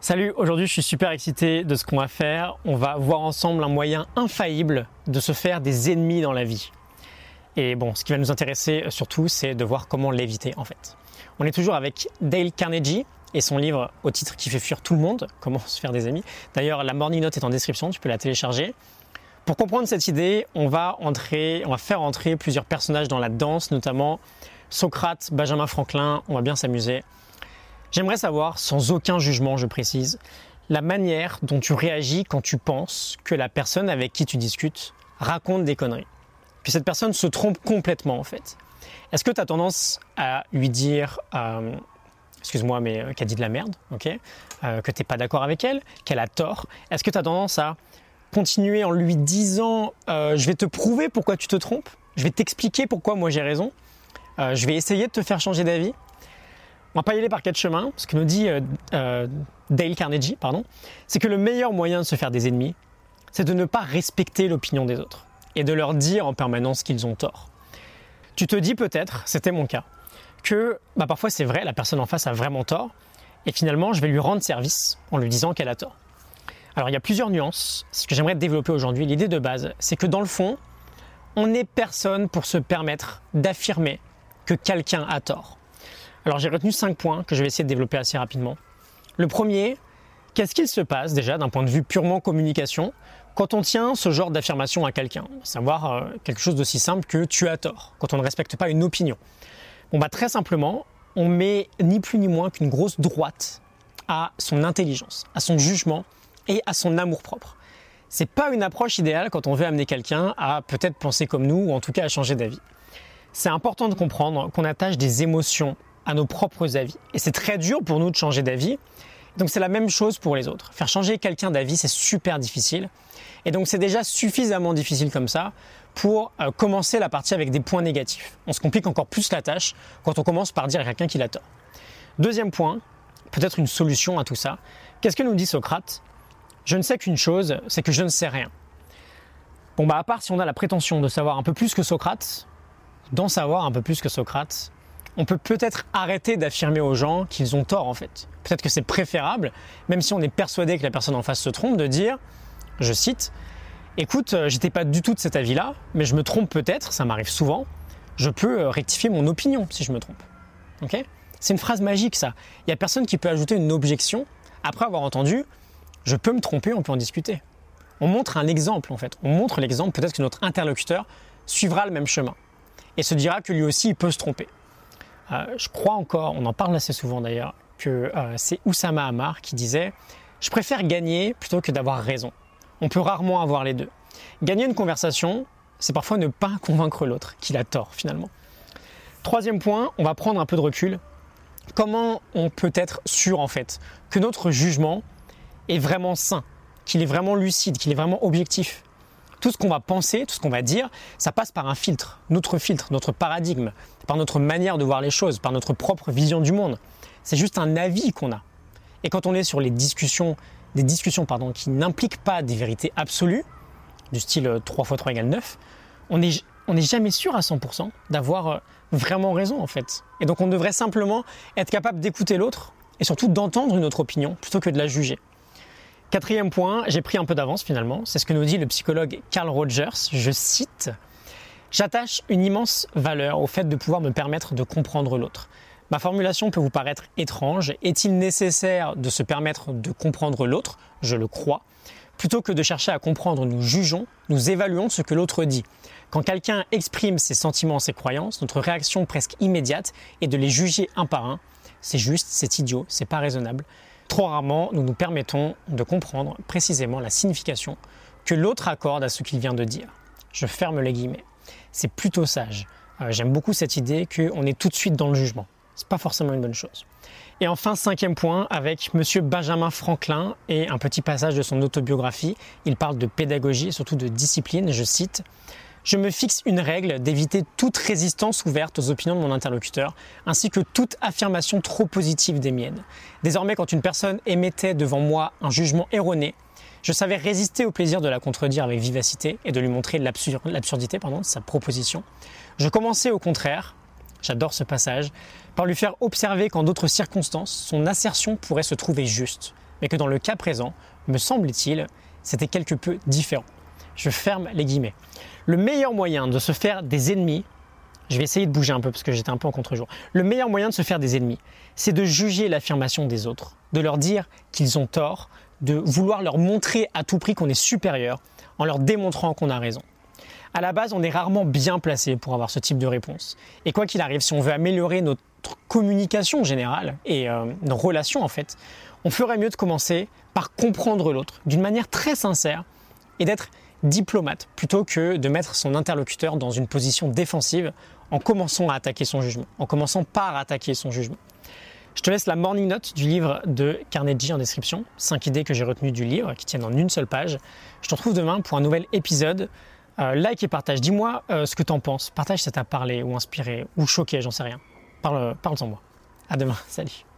Salut, aujourd'hui je suis super excité de ce qu'on va faire. On va voir ensemble un moyen infaillible de se faire des ennemis dans la vie. Et bon, ce qui va nous intéresser surtout, c'est de voir comment l'éviter en fait. On est toujours avec Dale Carnegie et son livre au titre qui fait fuir tout le monde, Comment se faire des amis. D'ailleurs, la morning note est en description, tu peux la télécharger. Pour comprendre cette idée, on va faire entrer plusieurs personnages dans la danse, notamment Socrate, Benjamin Franklin, on va bien s'amuser. J'aimerais savoir, sans aucun jugement, je précise, la manière dont tu réagis quand tu penses que la personne avec qui tu discutes raconte des conneries. Que cette personne se trompe complètement en fait. Est-ce que tu as tendance à lui dire, excuse-moi, mais qu'elle dit de la merde, okay, que tu n'es pas d'accord avec elle, qu'elle a tort? Est-ce que tu as tendance à continuer en lui disant, je vais te prouver pourquoi tu te trompes, je vais t'expliquer pourquoi moi j'ai raison, je vais essayer de te faire changer d'avis? On va pas y aller par quatre chemins. Ce que nous dit Dale Carnegie, c'est que le meilleur moyen de se faire des ennemis, c'est de ne pas respecter l'opinion des autres et de leur dire en permanence qu'ils ont tort. Tu te dis peut-être, c'était mon cas, que parfois c'est vrai, la personne en face a vraiment tort et finalement je vais lui rendre service en lui disant qu'elle a tort. Alors il y a plusieurs nuances. Ce que j'aimerais développer aujourd'hui, l'idée de base, c'est que dans le fond, on n'est personne pour se permettre d'affirmer que quelqu'un a tort. Alors j'ai retenu 5 points que je vais essayer de développer assez rapidement. Le premier, qu'est-ce qu'il se passe déjà d'un point de vue purement communication quand on tient ce genre d'affirmation à quelqu'un? Savoir quelque chose d'aussi simple que tu as tort, quand on ne respecte pas une opinion. Très simplement, on met ni plus ni moins qu'une grosse droite à son intelligence, à son jugement et à son amour-propre. C'est pas une approche idéale quand on veut amener quelqu'un à peut-être penser comme nous ou en tout cas à changer d'avis. C'est important de comprendre qu'on attache des émotions à nos propres avis. Et c'est très dur pour nous de changer d'avis. Donc c'est la même chose pour les autres. Faire changer quelqu'un d'avis, c'est super difficile. Et donc c'est déjà suffisamment difficile comme ça pour commencer la partie avec des points négatifs. On se complique encore plus la tâche quand on commence par dire à quelqu'un qu'il a tort. Deuxième point, peut-être une solution à tout ça. Qu'est-ce que nous dit Socrate? Je ne sais qu'une chose, c'est que je ne sais rien. À part si on a la prétention de savoir un peu plus que Socrate, d'en savoir un peu plus que Socrate, on peut peut-être arrêter d'affirmer aux gens qu'ils ont tort en fait. Peut-être que c'est préférable, même si on est persuadé que la personne en face se trompe, de dire, je cite, « Écoute, j'étais pas du tout de cet avis-là, mais je me trompe peut-être, ça m'arrive souvent, je peux rectifier mon opinion si je me trompe. » Okay ? C'est une phrase magique ça. Il n'y a personne qui peut ajouter une objection après avoir entendu, « Je peux me tromper, on peut en discuter. » On montre un exemple en fait. On montre l'exemple, peut-être que notre interlocuteur suivra le même chemin et se dira que lui aussi il peut se tromper. Je crois encore, on en parle assez souvent d'ailleurs, que c'est Oussama Ammar qui disait « Je préfère gagner plutôt que d'avoir raison. » On peut rarement avoir les deux. Gagner une conversation, c'est parfois ne pas convaincre l'autre qu'il a tort finalement. Troisième point, on va prendre un peu de recul. Comment on peut être sûr en fait que notre jugement est vraiment sain, qu'il est vraiment lucide, qu'il est vraiment objectif? Tout ce qu'on va penser, tout ce qu'on va dire, ça passe par un filtre, notre paradigme, par notre manière de voir les choses, par notre propre vision du monde. C'est juste un avis qu'on a. Et quand on est sur des discussions qui n'impliquent pas des vérités absolues, du style 3 x 3 = 9, on n'est jamais sûr à 100% d'avoir vraiment raison en fait. Et donc on devrait simplement être capable d'écouter l'autre et surtout d'entendre une autre opinion plutôt que de la juger. Quatrième point, j'ai pris un peu d'avance finalement, c'est ce que nous dit le psychologue Carl Rogers, je cite « J'attache une immense valeur au fait de pouvoir me permettre de comprendre l'autre. Ma formulation peut vous paraître étrange, est-il nécessaire de se permettre de comprendre l'autre? Je le crois. Plutôt que de chercher à comprendre, nous jugeons, nous évaluons ce que l'autre dit. Quand quelqu'un exprime ses sentiments, ses croyances, notre réaction presque immédiate est de les juger un par un. C'est juste, c'est idiot, c'est pas raisonnable. Trop rarement, nous nous permettons de comprendre précisément la signification que l'autre accorde à ce qu'il vient de dire. Je ferme les guillemets. C'est plutôt sage. J'aime beaucoup cette idée qu'on est tout de suite dans le jugement. C'est pas forcément une bonne chose. Et enfin, 5e point, avec monsieur Benjamin Franklin et un petit passage de son autobiographie, il parle de pédagogie et surtout de discipline, je cite « Je me fixe une règle d'éviter toute résistance ouverte aux opinions de mon interlocuteur, ainsi que toute affirmation trop positive des miennes. Désormais, quand une personne émettait devant moi un jugement erroné, je savais résister au plaisir de la contredire avec vivacité et de lui montrer l'absurdité de sa proposition. Je commençais au contraire, j'adore ce passage, par lui faire observer qu'en d'autres circonstances, son assertion pourrait se trouver juste. mais que dans le cas présent, me semble-t-il, c'était quelque peu différent. Je ferme les guillemets. Le meilleur moyen de se faire des ennemis, je vais essayer de bouger un peu parce que j'étais un peu en contre-jour. Le meilleur moyen de se faire des ennemis, c'est de juger l'affirmation des autres, de leur dire qu'ils ont tort, de vouloir leur montrer à tout prix qu'on est supérieur en leur démontrant qu'on a raison. À la base, on est rarement bien placé pour avoir ce type de réponse. Et quoi qu'il arrive, si on veut améliorer notre communication générale et nos relations en fait, on ferait mieux de commencer par comprendre l'autre d'une manière très sincère et d'être diplomate plutôt que de mettre son interlocuteur dans une position défensive en commençant à attaquer son jugement, en commençant par attaquer son jugement. Je te laisse la morning note du livre de Carnegie en description, 5 idées que j'ai retenues du livre qui tiennent en une seule page. Je te retrouve demain pour un nouvel épisode. Like et partage. Dis-moi ce que tu en penses. Partage si ça t'a parlé ou inspiré ou choqué, j'en sais rien. Parle-en moi. À demain. Salut.